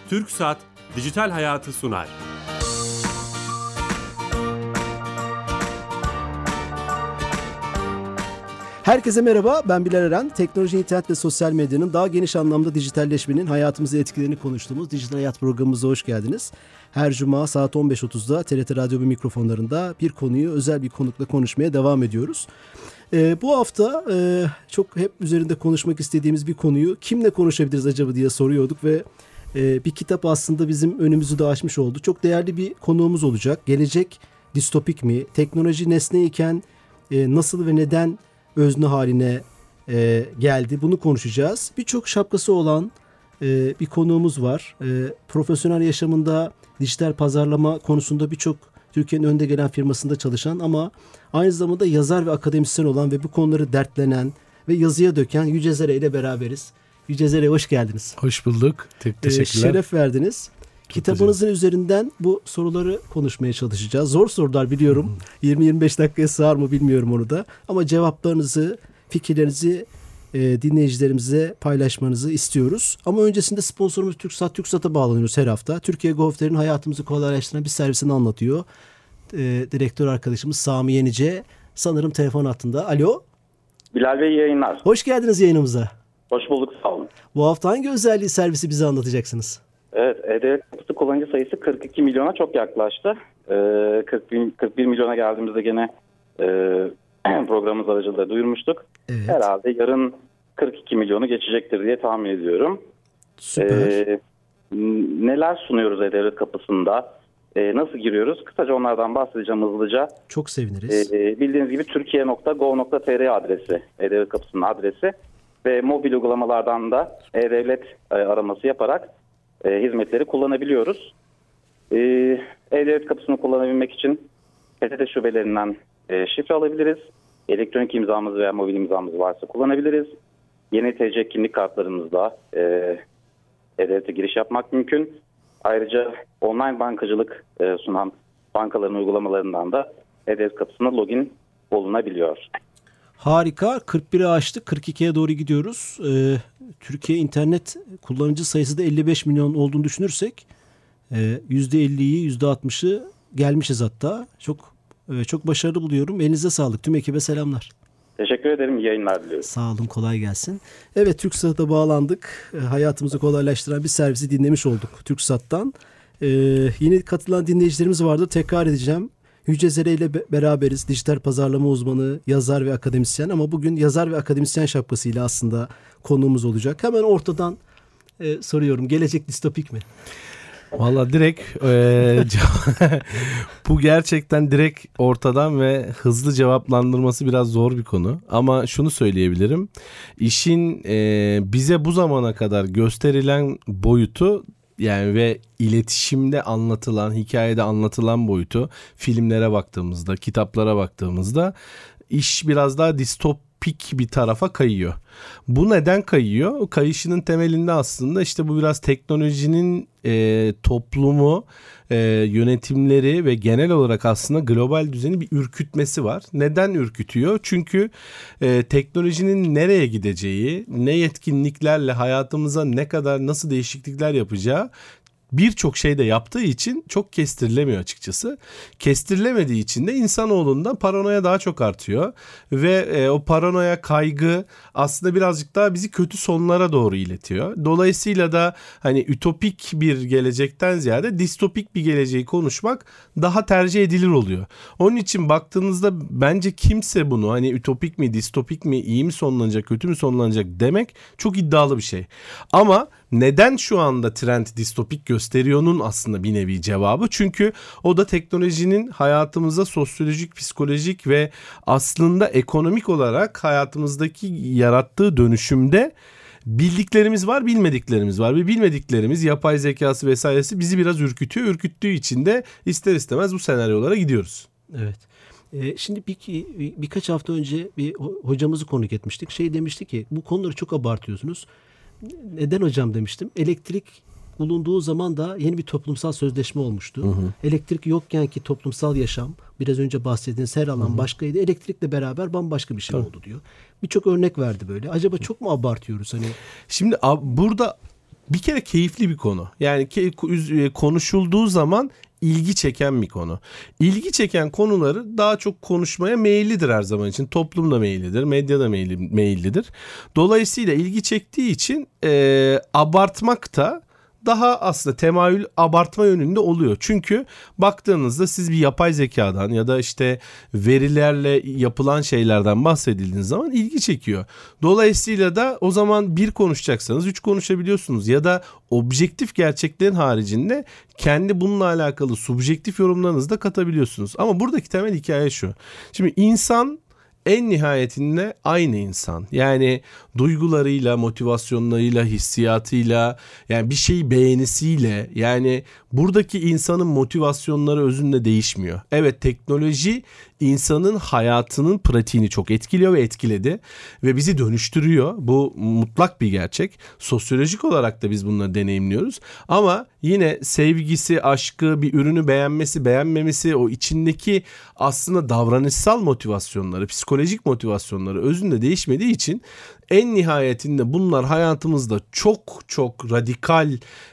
TürkSat Dijital Hayatı sunar. Herkese merhaba, ben Bilal Eren. Teknoloji, internet ve sosyal medyanın daha geniş anlamda dijitalleşmenin hayatımıza etkilerini konuştuğumuz Dijital Hayat programımıza hoş geldiniz. Her cuma saat 15.30'da TRT Radyo ve mikrofonlarında bir konuyu özel bir konukla konuşmaya devam ediyoruz. Bu hafta çok hep üzerinde konuşmak istediğimiz bir konuyu kimle konuşabiliriz acaba diye soruyorduk ve bir kitap aslında bizim önümüzü de açmış oldu. Çok değerli bir konuğumuz olacak. Gelecek distopik mi? Teknoloji nesneyken nasıl ve neden özne haline geldi? Bunu konuşacağız. Birçok şapkası olan bir konuğumuz var. Profesyonel yaşamında dijital pazarlama konusunda birçok Türkiye'nin önde gelen firmasında çalışan ama aynı zamanda yazar ve akademisyen olan ve bu konuları dertlenen ve yazıya döken Yüce Zere ile beraberiz. Yüce Zere, hoş geldiniz. Hoş bulduk. Teşekkürler. Şeref verdiniz. Kitabınızın üzerinden bu soruları konuşmaya çalışacağız. Zor sorular biliyorum. 20-25 dakikaya sığar mı bilmiyorum onu da. Ama cevaplarınızı, fikirlerinizi dinleyicilerimize paylaşmanızı istiyoruz. Ama öncesinde sponsorumuz TürkSat. TürkSat'a bağlanıyoruz her hafta. Türkiye Go.Of'lerin hayatımızı kolaylaştıran bir servisini anlatıyor. Direktör arkadaşımız Sami Yenice sanırım telefon hattında. Alo. Bilal Bey, yayınlar. Hoş geldiniz yayınımıza. Hoş bulduk, sağ olun. Bu hafta hangi özelliği, servisi bize anlatacaksınız? Evet, E-Devlet Kapısı kullanıcı sayısı 42 milyona çok yaklaştı. 41 milyona geldiğimizde gene programımız aracılığıyla duyurmuştuk. Evet. Herhalde yarın 42 milyonu geçecektir diye tahmin ediyorum. Süper. Neler sunuyoruz E-Devlet Kapısı'nda? Nasıl giriyoruz? Kısaca onlardan bahsedeceğim hızlıca. Çok seviniriz. Bildiğiniz gibi Türkiye.gov.tr adresi, E-Devlet Kapısı'nın adresi ve mobil uygulamalardan da E-Devlet araması yaparak hizmetleri kullanabiliyoruz. E-Devlet Kapısı'nı kullanabilmek için PTT şubelerinden şifre alabiliriz. Elektronik imzamız veya mobil imzamız varsa kullanabiliriz. Yeni TC kimlik kartlarımızla E-Devlet'e giriş yapmak mümkün. Ayrıca online bankacılık sunan bankaların uygulamalarından da E-Devlet Kapısı'na login olunabiliyor. Harika. 41'i aştık. 42'ye doğru gidiyoruz. Türkiye internet kullanıcı sayısı da 55 milyon olduğunu düşünürsek %50'yi %60'ı gelmişiz hatta. Çok başarılı buluyorum. Elinize sağlık. Tüm ekibe selamlar. Teşekkür ederim. İyi yayınlar diliyorum. Sağ olun. Kolay gelsin. Evet, TürkSat'a bağlandık. Hayatımızı kolaylaştıran bir servisi dinlemiş olduk TürkSat'tan. Yine katılan dinleyicilerimiz vardı. Tekrar edeceğim. Yüce Zere ile beraberiz. Dijital pazarlama uzmanı, yazar ve akademisyen. Ama bugün yazar ve akademisyen şapkasıyla aslında konuğumuz olacak. Hemen ortadan soruyorum. Gelecek distopik mi? Valla direkt bu gerçekten direkt ortadan ve hızlı cevaplandırması biraz zor bir konu. Ama şunu söyleyebilirim. İşin bize bu zamana kadar gösterilen boyutu, yani ve iletişimde anlatılan, hikayede anlatılan boyutu, filmlere baktığımızda, kitaplara baktığımızda iş biraz daha distopik bir tarafa kayıyor. Bu neden kayıyor? O kayışının temelinde aslında işte bu biraz teknolojinin toplumu, yönetimleri ve genel olarak aslında global düzeni bir ürkütmesi var. Neden ürkütüyor? Çünkü teknolojinin nereye gideceği, ne yetkinliklerle hayatımıza ne kadar, nasıl değişiklikler yapacağı birçok şey de yaptığı için çok kestirilemiyor açıkçası. Kestirilemediği için de insanoğlunda paranoya daha çok artıyor ve o paranoya, kaygı aslında birazcık daha bizi kötü sonlara doğru iletiyor. Dolayısıyla da hani ütopik bir gelecekten ziyade distopik bir geleceği konuşmak daha tercih edilir oluyor. Onun için baktığınızda bence kimse bunu hani ütopik mi, distopik mi, iyi mi sonlanacak, kötü mü sonlanacak demek çok iddialı bir şey. Ama neden şu anda trend distopik gösteriyor'nun aslında bir nevi cevabı. Çünkü o da teknolojinin hayatımıza sosyolojik, psikolojik ve aslında ekonomik olarak hayatımızdaki yarattığı dönüşümde bildiklerimiz var, bilmediklerimiz var ve bilmediklerimiz, yapay zekası vesairesi bizi biraz ürkütüyor. Ürküttüğü için de ister istemez bu senaryolara gidiyoruz. Evet. Şimdi birkaç hafta önce bir hocamızı konuk etmiştik. Demişti ki bu konuları çok abartıyorsunuz. Neden hocam demiştim. Elektrik bulunduğu zaman da yeni bir toplumsal sözleşme olmuştu. Hı hı. Elektrik yokken ki toplumsal yaşam, biraz önce bahsettiğiniz her alan başkaydı. Elektrikle beraber bambaşka bir şey oldu diyor. Birçok örnek verdi böyle. Acaba çok mu abartıyoruz? Hani? Şimdi burada bir kere keyifli bir konu. Yani konuşulduğu zaman ilgi çeken bir konu. İlgi çeken konuları daha çok konuşmaya meyillidir her zaman için. Toplum da meyillidir, medya da meyillidir. Dolayısıyla ilgi çektiği için abartmak da daha aslında temayül abartma yönünde oluyor. Çünkü baktığınızda siz bir yapay zekadan ya da işte verilerle yapılan şeylerden bahsedildiğiniz zaman ilgi çekiyor. Dolayısıyla da o zaman 1 konuşacaksanız 3 konuşabiliyorsunuz ya da objektif gerçeklerin haricinde kendi bununla alakalı subjektif yorumlarınızı da katabiliyorsunuz. Ama buradaki temel hikaye şu. Şimdi insan en nihayetinde aynı insan. Yani duygularıyla, motivasyonlarıyla, hissiyatıyla, yani bir şeyi beğenisiyle, yani buradaki insanın motivasyonları özünde değişmiyor. Evet, teknoloji insanın hayatının pratiğini çok etkiliyor ve etkiledi ve bizi dönüştürüyor. Bu mutlak bir gerçek. Sosyolojik olarak da biz bunları deneyimliyoruz. Ama yine sevgisi, aşkı, bir ürünü beğenmesi, beğenmemesi, o içindeki aslında davranışsal motivasyonları, psikolojik motivasyonları özünde değişmediği için en nihayetinde bunlar hayatımızda çok çok radikal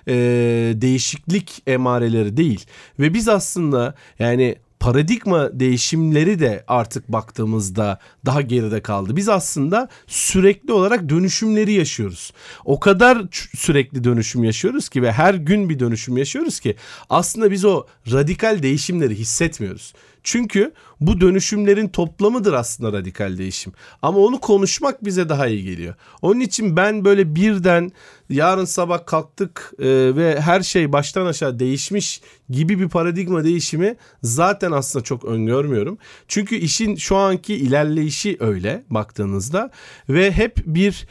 değişiklik emareleri değil. Ve biz aslında yani paradigma değişimleri de artık baktığımızda daha geride kaldı. Biz aslında sürekli olarak dönüşümleri yaşıyoruz. O kadar sürekli dönüşüm yaşıyoruz ki ve her gün bir dönüşüm yaşıyoruz ki aslında biz o radikal değişimleri hissetmiyoruz. Çünkü bu dönüşümlerin toplamıdır aslında radikal değişim. Ama onu konuşmak bize daha iyi geliyor. Onun için ben böyle birden yarın sabah kalktık ve her şey baştan aşağı değişmiş gibi bir paradigma değişimi zaten aslında çok öngörmüyorum. Çünkü işin şu anki ilerleyişi öyle baktığınızda ve hep bir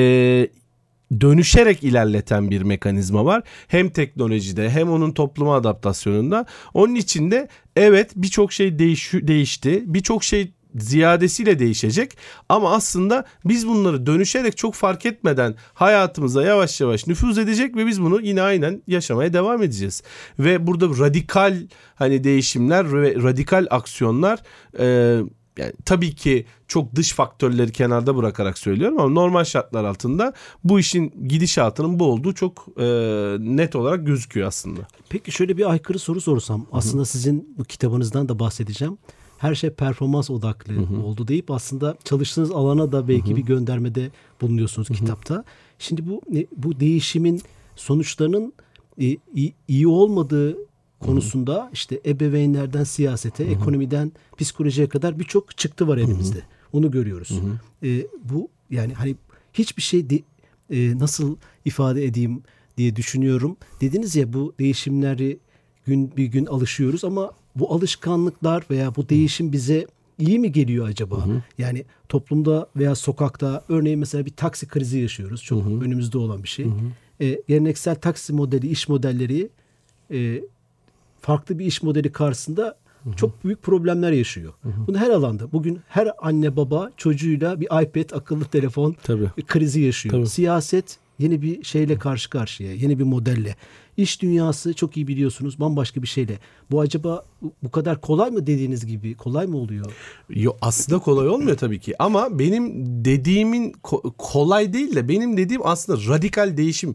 dönüşerek ilerleten bir mekanizma var. Hem teknolojide hem onun topluma adaptasyonunda. Onun için de evet birçok şey değişti. Birçok şey ziyadesiyle değişecek. Ama aslında biz bunları dönüşerek çok fark etmeden hayatımıza yavaş yavaş nüfuz edecek ve biz bunu yine aynen yaşamaya devam edeceğiz. Ve burada radikal değişimler ve radikal aksiyonlar yani tabii ki çok dış faktörleri kenarda bırakarak söylüyorum ama normal şartlar altında bu işin gidişatının bu olduğu çok net olarak gözüküyor aslında. Peki şöyle bir aykırı soru sorsam, aslında sizin bu kitabınızdan da bahsedeceğim. Her şey performans odaklı oldu deyip aslında çalıştığınız alana da belki bir göndermede bulunuyorsunuz kitapta. Şimdi bu değişimin sonuçlarının iyi olmadığı konusunda işte ebeveynlerden siyasete, ekonomiden psikolojiye kadar birçok çıktı var elimizde. Onu görüyoruz. Bu yani hani hiçbir şey nasıl ifade edeyim diye düşünüyorum. Dediniz ya, bu değişimleri gün bir gün alışıyoruz ama bu alışkanlıklar veya bu değişim bize iyi mi geliyor acaba? Yani toplumda veya sokakta örneğin mesela bir taksi krizi yaşıyoruz. Çok önümüzde olan bir şey. Geleneksel taksi modeli, iş modelleri farklı bir iş modeli karşısında çok büyük problemler yaşıyor. Bunu her alanda. Bugün her anne baba çocuğuyla bir iPad, akıllı telefon krizi yaşıyor. Tabii. Siyaset yeni bir şeyle karşı karşıya, yeni bir modelle. İş dünyası çok iyi biliyorsunuz bambaşka bir şeyle. Bu acaba bu kadar kolay mı, dediğiniz gibi kolay mı oluyor? Yok, aslında kolay olmuyor tabii ki. Ama benim dediğimin kolay değil de benim dediğim aslında radikal değişim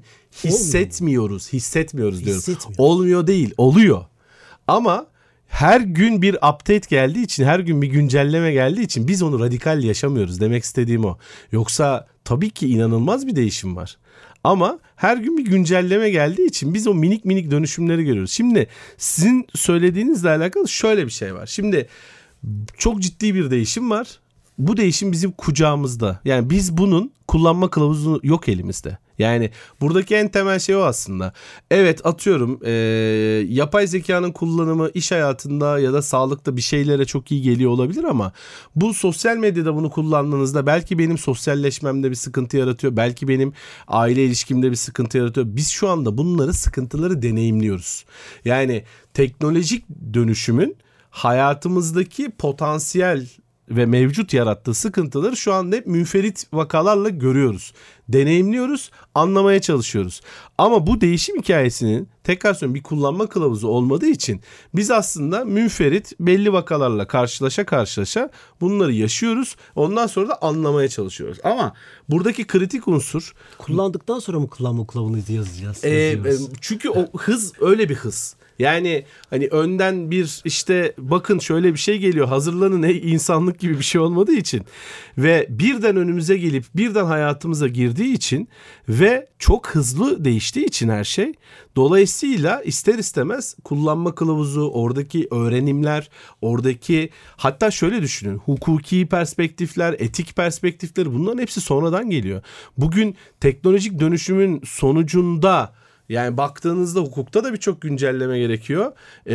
hissetmiyoruz diyorum. Olmuyor değil, oluyor. Ama her gün bir update geldiği için, her gün bir güncelleme geldiği için biz onu radikal yaşamıyoruz. Demek istediğim o. Yoksa tabii ki inanılmaz bir değişim var. Ama her gün bir güncelleme geldiği için biz o minik minik dönüşümleri görüyoruz. Şimdi sizin söylediğinizle alakalı şöyle bir şey var. Şimdi çok ciddi bir değişim var. Bu değişim bizim kucağımızda. Yani biz bunun kullanma kılavuzu yok elimizde. Yani buradaki en temel şey o aslında. Evet, atıyorum yapay zekanın kullanımı iş hayatında ya da sağlıkta bir şeylere çok iyi geliyor olabilir ama bu sosyal medyada bunu kullandığınızda belki benim sosyalleşmemde bir sıkıntı yaratıyor. Belki benim aile ilişkimde bir sıkıntı yaratıyor. Biz şu anda sıkıntıları deneyimliyoruz. Yani teknolojik dönüşümün hayatımızdaki potansiyel ve mevcut yarattığı sıkıntıları şu anda hep münferit vakalarla görüyoruz. deneyimliyoruz, anlamaya çalışıyoruz. Ama bu değişim hikayesinin tekrar söylüyorum bir kullanma kılavuzu olmadığı için biz aslında münferit belli vakalarla karşılaşa bunları yaşıyoruz. Ondan sonra da anlamaya çalışıyoruz. Ama buradaki kritik unsur Kullandıktan sonra mı kullanma kılavuzunu yazacağız? çünkü o hız öyle bir hız. Yani hani önden bir işte bakın şöyle bir şey geliyor hazırlanın insanlık gibi bir şey olmadığı için ve birden önümüze gelip birden hayatımıza girdiği için ve çok hızlı değiştiği için her şey dolayısıyla ister istemez kullanma kılavuzu, oradaki öğrenimler, oradaki hatta şöyle düşünün hukuki perspektifler, etik perspektifler bunların hepsi sonradan geliyor. Bugün teknolojik dönüşümün sonucunda yani baktığınızda hukukta da birçok güncelleme gerekiyor.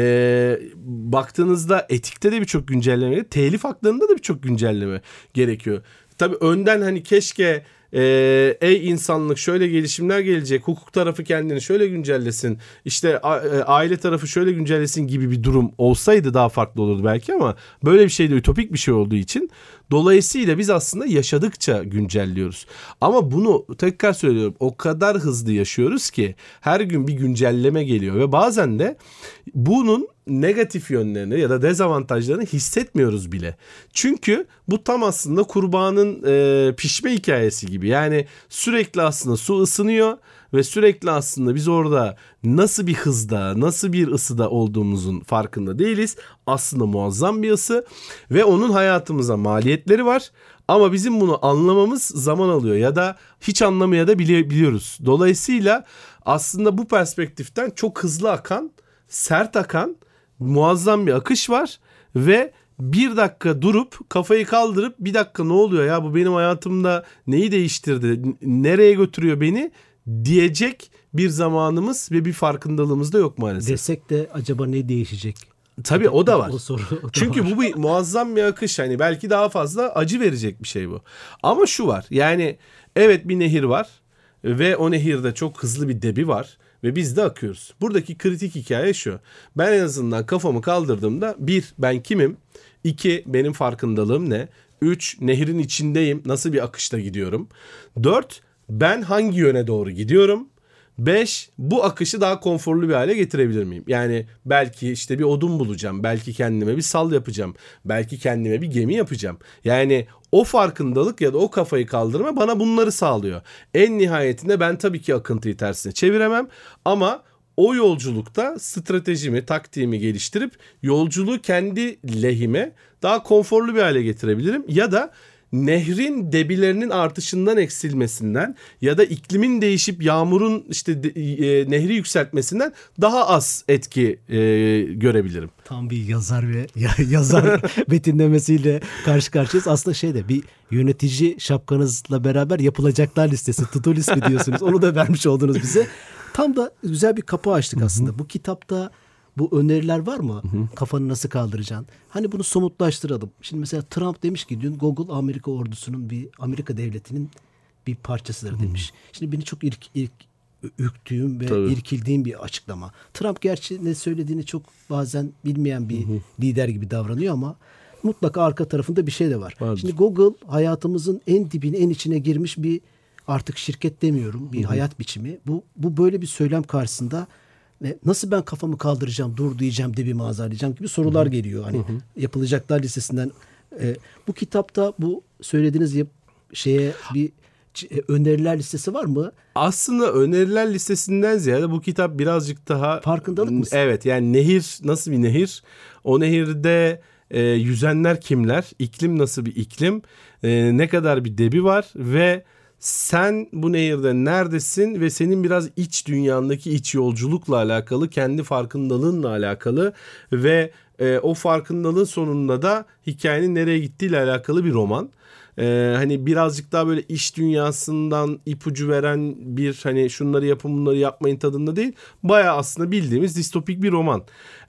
Baktığınızda etikte de birçok güncelleme gerekiyor. Telif haklarında da birçok güncelleme gerekiyor. Tabii önden hani keşke ey insanlık şöyle gelişimler gelecek. Hukuk tarafı kendini şöyle güncellesin. İşte aile tarafı şöyle güncellesin gibi bir durum olsaydı daha farklı olurdu belki ama böyle bir şey de ütopik bir şey olduğu için dolayısıyla biz aslında yaşadıkça güncelliyoruz. Ama bunu tekrar söylüyorum o kadar hızlı yaşıyoruz ki her gün bir güncelleme geliyor ve bazen de bunun negatif yönlerini ya da dezavantajlarını hissetmiyoruz bile. Çünkü bu tam aslında kurbağanın pişme hikayesi gibi. Yani sürekli aslında su ısınıyor ve sürekli aslında biz orada nasıl bir hızda, nasıl bir ısıda olduğumuzun farkında değiliz. Aslında muazzam bir ısı ve onun hayatımıza maliyetleri var. Ama bizim bunu anlamamız zaman alıyor ya da hiç anlamaya da biliyoruz. Dolayısıyla aslında bu perspektiften çok hızlı akan, sert akan muazzam bir akış var ve bir dakika durup kafayı kaldırıp bir dakika ne oluyor ya bu benim hayatımda neyi değiştirdi, nereye götürüyor beni diyecek bir zamanımız ve bir farkındalığımız da yok maalesef. Desek de acaba ne değişecek? Tabii o da var. Çünkü bu bir muazzam bir akış. Hani belki daha fazla acı verecek bir şey bu. Ama şu var. Yani evet bir nehir var ve o nehirde çok hızlı bir debi var ve biz de akıyoruz. Buradaki kritik hikaye şu. Ben en azından kafamı kaldırdığımda 1. Ben kimim? 2. Benim farkındalığım ne? 3. Nehrin içindeyim. Nasıl bir akışta gidiyorum? 4. Ben hangi yöne doğru gidiyorum? 5. Bu akışı daha konforlu bir hale getirebilir miyim? Yani belki işte bir odun bulacağım. Belki kendime bir sal yapacağım. Belki kendime bir gemi yapacağım. Yani o farkındalık ya da o kafayı kaldırma bana bunları sağlıyor. En nihayetinde ben tabii ki akıntıyı tersine çeviremem ama o yolculukta stratejimi, taktiğimi geliştirip yolculuğu kendi lehime daha konforlu bir hale getirebilirim. Ya da nehrin debilerinin artışından eksilmesinden ya da iklimin değişip yağmurun işte nehri yükseltmesinden daha az etki görebilirim. Tam bir yazar ve yazar betimlemesiyle karşı karşıyayız. Aslında bir yönetici şapkanızla beraber yapılacaklar listesi, to-do list mi diyorsunuz? Onu da vermiş oldunuz bize. Tam da güzel bir kapı açtık aslında. Hı-hı. Bu kitapta bu öneriler var mı? Hı-hı. Kafanı nasıl kaldıracaksın? Hani bunu somutlaştıralım. Şimdi mesela Trump demiş ki dün Google Amerika ordusunun Amerika devletinin bir parçasıdır demiş. Hı-hı. Şimdi beni çok ürktüğüm ve irkildiğim bir açıklama. Trump gerçi ne söylediğini çok bazen bilmeyen bir lider gibi davranıyor ama mutlaka arka tarafında bir şey de var. Vardır. Şimdi Google hayatımızın en dibine, en içine girmiş bir artık şirket demiyorum, bir hayat biçimi. Bu böyle bir söylem karşısında nasıl ben kafamı kaldıracağım, dur diyeceğim, debimi azarlayacağım gibi sorular geliyor. Hani yapılacaklar listesinden. Bu kitapta bu söylediğiniz bir öneriler listesi var mı? Aslında öneriler listesinden ziyade bu kitap birazcık daha... Farkındalık mısın? Evet, yani nehir nasıl bir nehir? O nehirde yüzenler kimler? İklim nasıl bir iklim? Ne kadar bir debi var? Ve sen bu nehirde neredesin? Ve senin biraz iç dünyandaki iç yolculukla alakalı, kendi farkındalığınla alakalı ve o farkındalığın sonunda da hikayenin nereye gittiğiyle alakalı bir roman. Hani birazcık daha böyle iş dünyasından ipucu veren bir hani şunları yapın bunları yapmayın tadında değil. Bayağı aslında bildiğimiz distopik bir roman.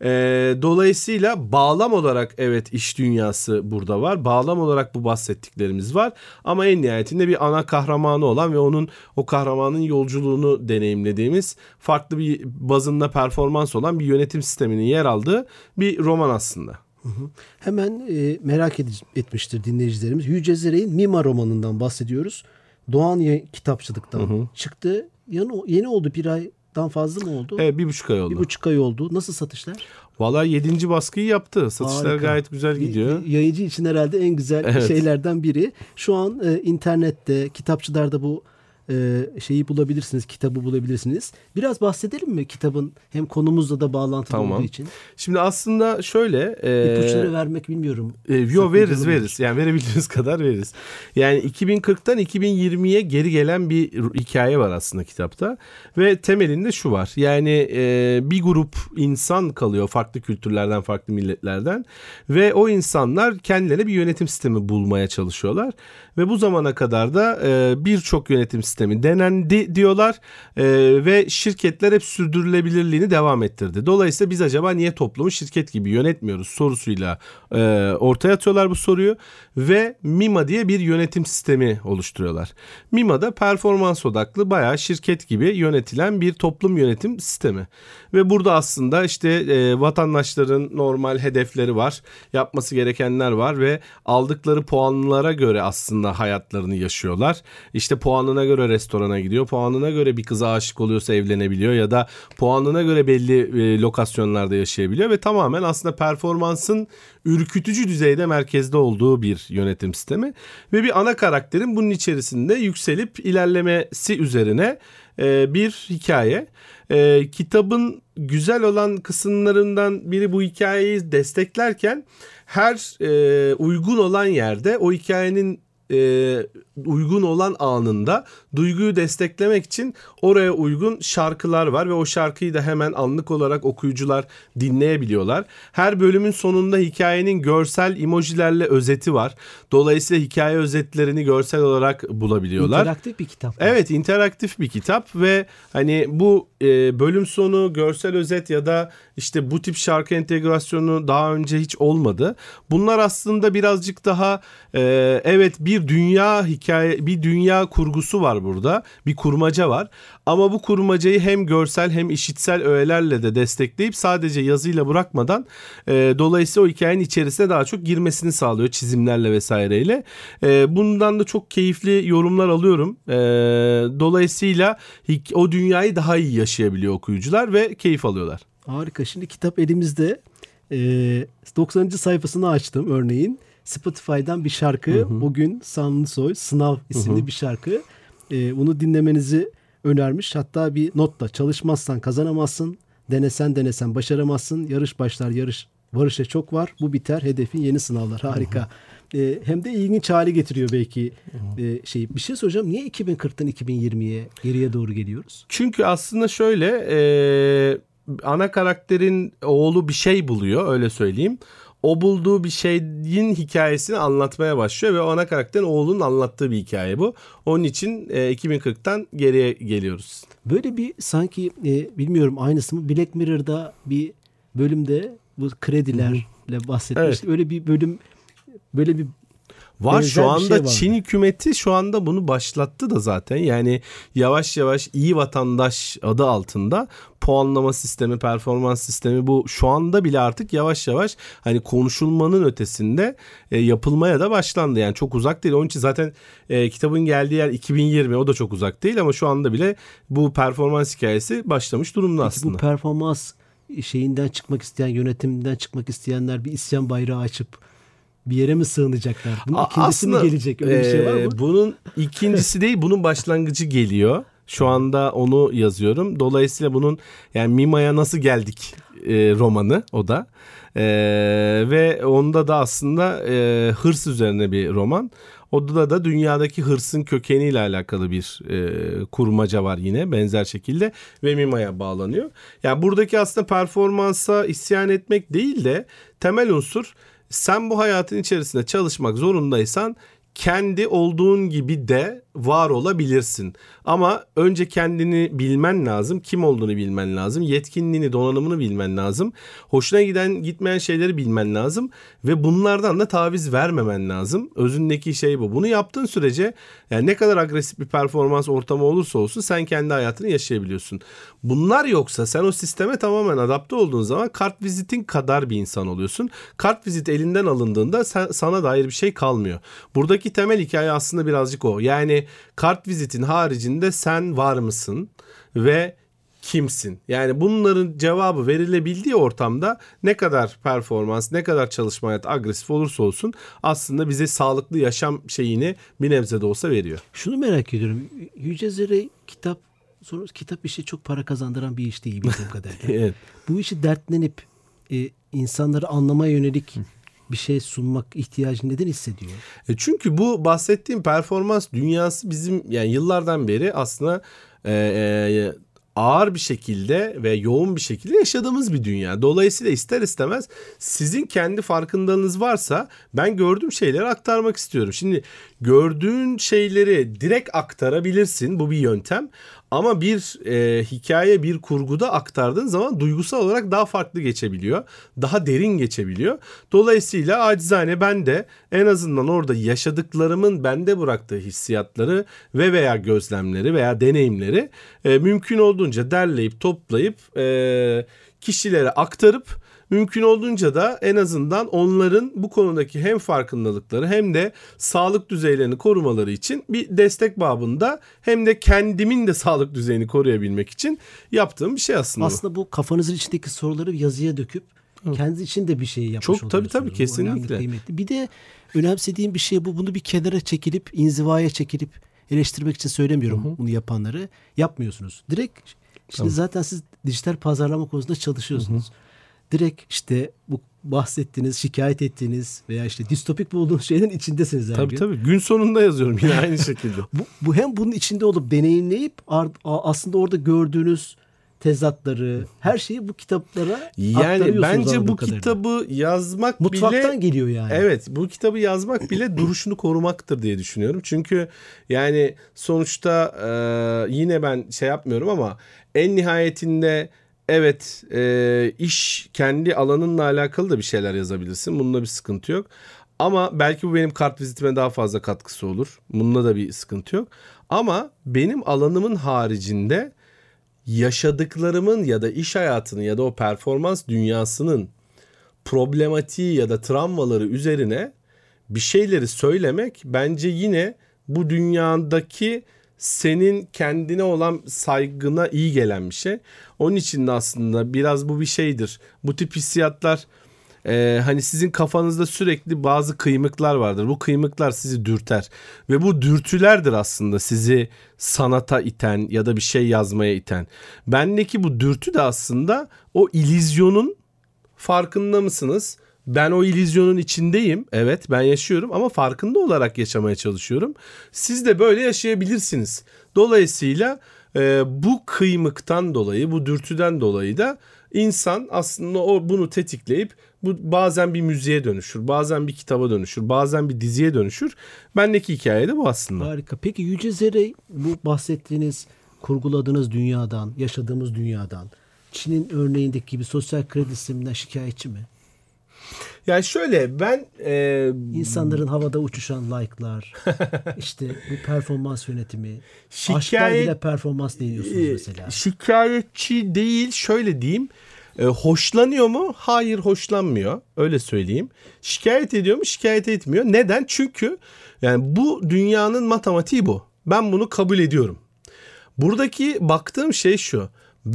Dolayısıyla bağlam olarak evet iş dünyası burada var. Bağlam olarak bu bahsettiklerimiz var. Ama en nihayetinde bir ana kahramanı olan ve o kahramanın yolculuğunu deneyimlediğimiz farklı bir bazında performans olan bir yönetim sisteminin yer aldığı bir roman aslında. Hemen merak etmiştir dinleyicilerimiz. Yüce Zerey'in Mima romanından bahsediyoruz. Doğan Kitapçılık'tan çıktı. Yeni oldu, bir aydan fazla mı oldu? Evet, 1,5 ay oldu. 1,5 ay oldu. Nasıl satışlar? Vallahi 7. baskıyı yaptı. Satışlar Harika. gayet güzel gidiyor. Yayıncı için herhalde en güzel şeylerden biri. Şu an internette, kitapçılarda bu şeyi bulabilirsiniz, kitabı bulabilirsiniz. Biraz bahsedelim mi kitabın, hem konumuzla da bağlantılı olduğu için? Şimdi aslında şöyle... İpuçları vermek bilmiyorum. Veririz. Yani verebildiğimiz kadar veririz. Yani 2040'tan 2020'ye geri gelen bir hikaye var aslında kitapta. Ve temelinde şu var. Yani bir grup insan kalıyor farklı kültürlerden, farklı milletlerden. Ve o insanlar kendilerine bir yönetim sistemi bulmaya çalışıyorlar. Ve bu zamana kadar da birçok yönetim sistemi denendi diyorlar ve şirketler hep sürdürülebilirliğini devam ettirdi. Dolayısıyla biz acaba niye toplumu şirket gibi yönetmiyoruz sorusuyla ortaya atıyorlar bu soruyu ve MIMA diye bir yönetim sistemi oluşturuyorlar. MIMA'da performans odaklı, bayağı şirket gibi yönetilen bir toplum yönetim sistemi. Ve burada aslında işte vatandaşların normal hedefleri var, yapması gerekenler var ve aldıkları puanlara göre aslında hayatlarını yaşıyorlar. İşte puanına göre restorana gidiyor, puanına göre bir kıza aşık oluyorsa evlenebiliyor ya da puanına göre belli lokasyonlarda yaşayabiliyor ve tamamen aslında performansın ürkütücü düzeyde merkezde olduğu bir yönetim sistemi ve bir ana karakterin bunun içerisinde yükselip ilerlemesi üzerine bir hikaye. Kitabın güzel olan kısımlarından biri bu hikayeyi desteklerken her uygun olan yerde o hikayenin uygun olan anında duyguyu desteklemek için oraya uygun şarkılar var ve o şarkıyı da hemen anlık olarak okuyucular dinleyebiliyorlar. Her bölümün sonunda hikayenin görsel emojilerle özeti var. Dolayısıyla hikaye özetlerini görsel olarak bulabiliyorlar. İnteraktif bir kitap. Evet, interaktif bir kitap ve hani bu bölüm sonu görsel özet ya da işte bu tip şarkı entegrasyonu daha önce hiç olmadı. Bunlar aslında birazcık daha evet, bir dünya hikaye, bir dünya kurgusu var burada. Bir kurmaca var. Ama bu kurmacayı hem görsel hem işitsel öğelerle de destekleyip sadece yazıyla bırakmadan dolayısıyla o hikayenin içerisine daha çok girmesini sağlıyor çizimlerle vesaireyle. Bundan da çok keyifli yorumlar alıyorum. Dolayısıyla o dünyayı daha iyi yaşayabiliyor okuyucular ve keyif alıyorlar. Harika. Şimdi kitap elimizde. 90. sayfasını açtım örneğin. Spotify'dan bir şarkı. Bugün Sanlısoy Sınav isimli bir şarkı. Bunu dinlemenizi önermiş. Hatta bir notta: çalışmazsan kazanamazsın. Denesen başaramazsın. Yarış başlar, varışa çok var. Bu biter, hedefin yeni sınavlar. Harika. Hem de ilginç hale getiriyor belki. Bir şey soracağım. Niye 2040'tan 2020'ye geriye doğru geliyoruz? Çünkü aslında şöyle ana karakterin oğlu bir şey buluyor, öyle söyleyeyim. O bulduğu bir şeyin hikayesini anlatmaya başlıyor ve o ana karakterin oğlunun anlattığı bir hikaye bu. Onun için 2040'tan geriye geliyoruz. Böyle bir sanki bilmiyorum aynısı mı, Black Mirror'da bir bölümde bu kredilerle bahsetmiştik. Evet. Öyle bir bölüm, böyle bir var şu anda Çin hükümeti şu anda bunu başlattı da zaten. Yani yavaş yavaş iyi vatandaş adı altında puanlama sistemi, performans sistemi bu şu anda bile artık yavaş yavaş hani konuşulmanın ötesinde yapılmaya da başlandı. Yani çok uzak değil. Onun için zaten kitabın geldiği yer 2020, o da çok uzak değil ama şu anda bile bu performans hikayesi başlamış durumda. Peki aslında. Bu performans şeyinden çıkmak isteyen, yönetimden çıkmak isteyenler bir isyan bayrağı açıp bir yere mi sığınacaklar? Bunun ikincisi mi gelecek? Öyle bir şey var mı? Bunun ikincisi değil, bunun başlangıcı geliyor. Şu anda onu yazıyorum. Dolayısıyla bunun yani MIMA'ya nasıl geldik romanı o da. Ve onda da aslında hırs üzerine bir roman. Orada da dünyadaki hırsın kökeniyle alakalı bir kurmaca var yine benzer şekilde ve MIMA'ya bağlanıyor. Yani buradaki aslında performansa isyan etmek değil de temel unsur, sen bu hayatın içerisinde çalışmak zorundaysan kendi olduğun gibi de var olabilirsin. Ama önce kendini bilmen lazım. Kim olduğunu bilmen lazım. Yetkinliğini, donanımını bilmen lazım. Hoşuna gitmeyen şeyleri bilmen lazım. Ve bunlardan da taviz vermemen lazım. Özündeki şey bu. Bunu yaptığın sürece yani ne kadar agresif bir performans ortamı olursa olsun sen kendi hayatını yaşayabiliyorsun. Bunlar yoksa sen o sisteme tamamen adapte olduğun zaman kartvizitin kadar bir insan oluyorsun. Kartvizit elinden alındığında sana dair bir şey kalmıyor. Buradaki Buradaki temel hikaye aslında birazcık o. Yani kartvizitin haricinde sen var mısın ve kimsin? Yani bunların cevabı verilebildiği ortamda ne kadar performans, ne kadar çalışma hayatı agresif olursa olsun aslında bize sağlıklı yaşam şeyini bir nebze de olsa veriyor. Şunu merak ediyorum. Yüce Zere kitap işi çok para kazandıran bir iş değil bildiğim kadarıyla. Evet. Bu işi dertlenip insanları anlamaya yönelik bir şey sunmak ihtiyacı neden hissediyor? Çünkü bu bahsettiğim performans dünyası bizim yani yıllardan beri aslında ağır bir şekilde ve yoğun bir şekilde yaşadığımız bir dünya. Dolayısıyla ister istemez sizin kendi farkındalığınız varsa ben gördüğüm şeyleri aktarmak istiyorum. Şimdi gördüğün şeyleri direkt aktarabilirsin. Bu bir yöntem. Ama bir hikaye, bir kurguda aktardığın zaman duygusal olarak daha farklı geçebiliyor. Daha derin geçebiliyor. Dolayısıyla acizane ben de en azından orada yaşadıklarımın bende bıraktığı hissiyatları veya gözlemleri veya deneyimleri mümkün olduğunca derleyip toplayıp kişilere aktarıp mümkün olduğunca da en azından onların bu konudaki hem farkındalıkları hem de sağlık düzeylerini korumaları için bir destek babında hem de kendimin de sağlık düzeyini koruyabilmek için yaptığım bir şey aslında. Aslında bu kafanızın içindeki soruları yazıya döküp kendiniz için de bir şey yapmış oluyorsunuz. Tabii kesinlikle. Bir de önemsediğim bir şey bu. Bunu bir kenara çekilip, inzivaya çekilip eleştirmek için söylemiyorum bunu yapanları. Yapmıyorsunuz. Direkt şimdi zaten siz dijital pazarlama konusunda çalışıyorsunuz. Direkt işte bu bahsettiğiniz, şikayet ettiğiniz veya işte distopik bulduğunuz şeylerin içindesiniz her gün. Tabii. Gün sonunda yazıyorum yine aynı şekilde. Bu hem bunun içinde olup deneyimleyip aslında orada gördüğünüz tezatları, her şeyi bu kitaplara aktarıyorsunuz. Yani bence bu kadarıyla. Kitabı yazmak mutfaktan geliyor yani. Evet, bu kitabı yazmak bile duruşunu korumaktır diye düşünüyorum. Çünkü yani sonuçta yine ben şey yapmıyorum ama en nihayetinde evet iş kendi alanınla alakalı da bir şeyler yazabilirsin. Bununla bir sıkıntı yok. Ama belki bu benim kartvizitime daha fazla katkısı olur. Bununla da bir sıkıntı yok. Ama benim alanımın haricinde yaşadıklarımın ya da iş hayatının ya da o performans dünyasının problematiği ya da travmaları üzerine bir şeyleri söylemek bence yine bu dünyadaki senin kendine olan saygına iyi gelen bir şey. Onun için de aslında biraz bu bir şeydir. Bu tip hissiyatlar hani sizin kafanızda sürekli bazı kıymıklar vardır. Bu kıymıklar sizi dürter. Ve bu dürtülerdir aslında sizi sanata iten ya da bir şey yazmaya iten. Bendeki bu dürtü de aslında o illüzyonun farkında mısınız? Ben o illüzyonun içindeyim. Evet, ben yaşıyorum ama farkında olarak yaşamaya çalışıyorum. Siz de böyle yaşayabilirsiniz. Dolayısıyla bu kıymıktan dolayı, bu dürtüden dolayı da insan aslında bunu tetikleyip bu bazen bir müziğe dönüşür, bazen bir kitaba dönüşür, bazen bir diziye dönüşür. Bendeki hikaye de bu aslında. Harika. Peki Yüce Zere bu bahsettiğiniz, kurguladığınız dünyadan, yaşadığımız dünyadan, Çin'in örneğindeki gibi sosyal kredi sisteminden şikayetçi mi? Yani şöyle ben... İnsanların havada uçuşan like'lar, işte bu performans yönetimi, aşklar bile performans diyorsunuz mesela. Şikayetçi değil, şöyle diyeyim. Hoşlanıyor mu? Hayır, hoşlanmıyor. Öyle söyleyeyim. Şikayet ediyor mu? Şikayet etmiyor. Neden? Çünkü yani bu dünyanın matematiği bu. Ben bunu kabul ediyorum. Buradaki baktığım şey şu.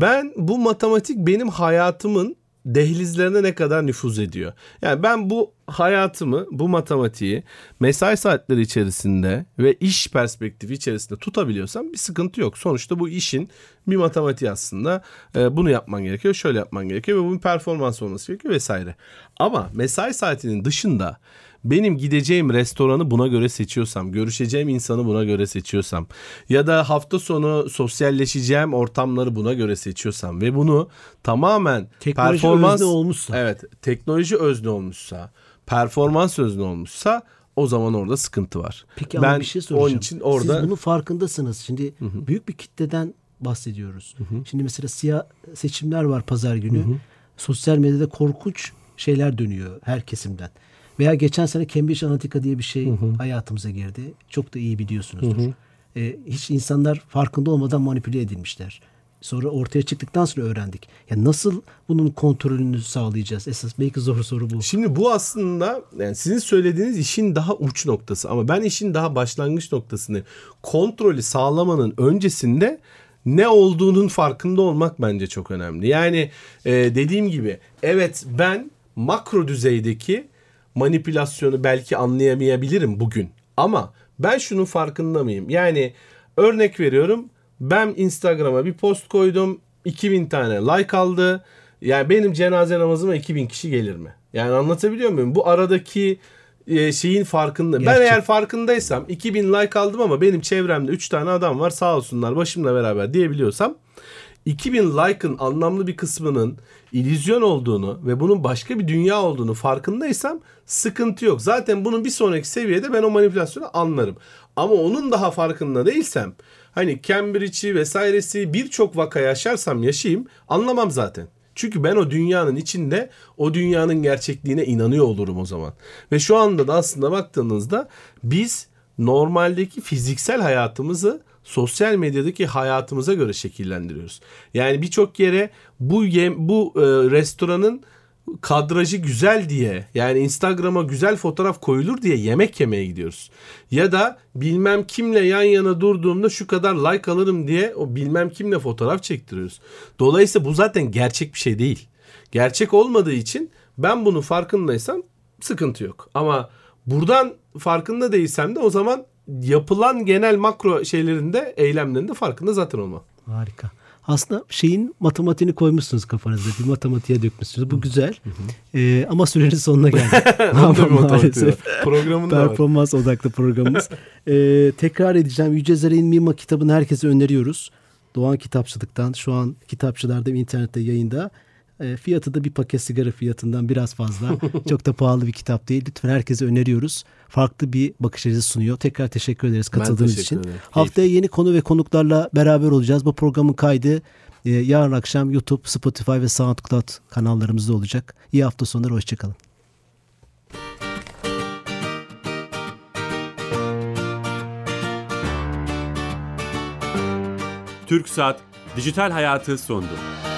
Bu matematik benim hayatımın dehlizlerine ne kadar nüfuz ediyor. Yani ben bu hayatımı, bu matematiği mesai saatleri içerisinde ve iş perspektifi içerisinde tutabiliyorsam bir sıkıntı yok. Sonuçta bu işin bir matematiği aslında. Bunu yapman gerekiyor, şöyle yapman gerekiyor ve bunun performans olması gerekiyor vesaire. Ama mesai saatinin dışında benim gideceğim restoranı buna göre seçiyorsam, görüşeceğim insanı buna göre seçiyorsam ya da hafta sonu sosyalleşeceğim ortamları buna göre seçiyorsam ve bunu tamamen teknoloji özne olmuşsa. Evet, teknoloji özne olmuşsa, performans özne olmuşsa o zaman orada sıkıntı var. Peki ama bir şey soracağım. Onun için orada... Siz bunun farkındasınız. Şimdi büyük bir kitleden bahsediyoruz. Şimdi mesela seçimler var pazar günü. Sosyal medyada korkunç şeyler dönüyor her kesimden. Veya geçen sene Cambridge Analytica diye bir şey hayatımıza girdi. Çok da iyi biliyorsunuzdur. Hiç insanlar farkında olmadan manipüle edilmişler. Sonra ortaya çıktıktan sonra öğrendik. Yani nasıl bunun kontrolünü sağlayacağız? Esas belki zor soru bu. Şimdi bu aslında yani sizin söylediğiniz işin daha uç noktası ama ben işin daha başlangıç noktasını kontrolü sağlamanın öncesinde ne olduğunun farkında olmak bence çok önemli. Yani dediğim gibi evet ben makro düzeydeki manipülasyonu belki anlayamayabilirim bugün ama ben şunun farkında mıyım? Yani örnek veriyorum, ben Instagram'a bir post koydum, 2000 tane like aldı. Yani benim cenaze namazıma 2000 kişi gelir mi? Yani anlatabiliyor muyum? Bu aradaki şeyin farkında. Gerçek. Ben eğer farkındaysam 2000 like aldım ama benim çevremde 3 tane adam var, sağ olsunlar başımla beraber diyebiliyorsam 2000 like'ın anlamlı bir kısmının illüzyon olduğunu ve bunun başka bir dünya olduğunu farkındaysam sıkıntı yok. Zaten bunun bir sonraki seviyede ben o manipülasyonu anlarım. Ama onun daha farkında değilsem, hani Cambridge'i vesairesi birçok vaka yaşarsam yaşayayım, anlamam zaten. Çünkü ben o dünyanın içinde o dünyanın gerçekliğine inanıyor olurum o zaman. Ve şu anda da aslında baktığınızda biz normaldeki fiziksel hayatımızı sosyal medyadaki hayatımıza göre şekillendiriyoruz. Yani birçok yere bu restoranın kadrajı güzel diye, yani Instagram'a güzel fotoğraf koyulur diye yemek yemeye gidiyoruz. Ya da bilmem kimle yan yana durduğumda şu kadar like alırım diye o bilmem kimle fotoğraf çektiriyoruz. Dolayısıyla bu zaten gerçek bir şey değil. Gerçek olmadığı için ben bunun farkındaysam sıkıntı yok. Ama buradan farkında değilsem de o zaman yapılan genel makro şeylerinde, eylemlerinde farkında zaten olmam. Harika. Aslında şeyin matematiğini koymuşsunuz kafanızda. Bir matematiğe dökmüşsünüz. Bu güzel. Ama sürenin sonuna geldik. Maalesef. Programın da var. Performans odaklı programımız. Tekrar edeceğim. Yüce Zeray'ın Mima kitabını herkese öneriyoruz. Doğan Kitapçılık'tan. Şu an kitapçılarda ve internette yayında. Fiyatı da bir paket sigara fiyatından biraz fazla. Çok da pahalı bir kitap değil. Lütfen herkese öneriyoruz. Farklı bir bakış açısı sunuyor. Tekrar teşekkür ederiz katıldığınız için. Haftaya yeni konu ve konuklarla beraber olacağız. Bu programın kaydı yarın akşam YouTube, Spotify ve SoundCloud kanallarımızda olacak. İyi hafta sonları. Hoşçakalın. TürkSat Dijital Hayatı sondu.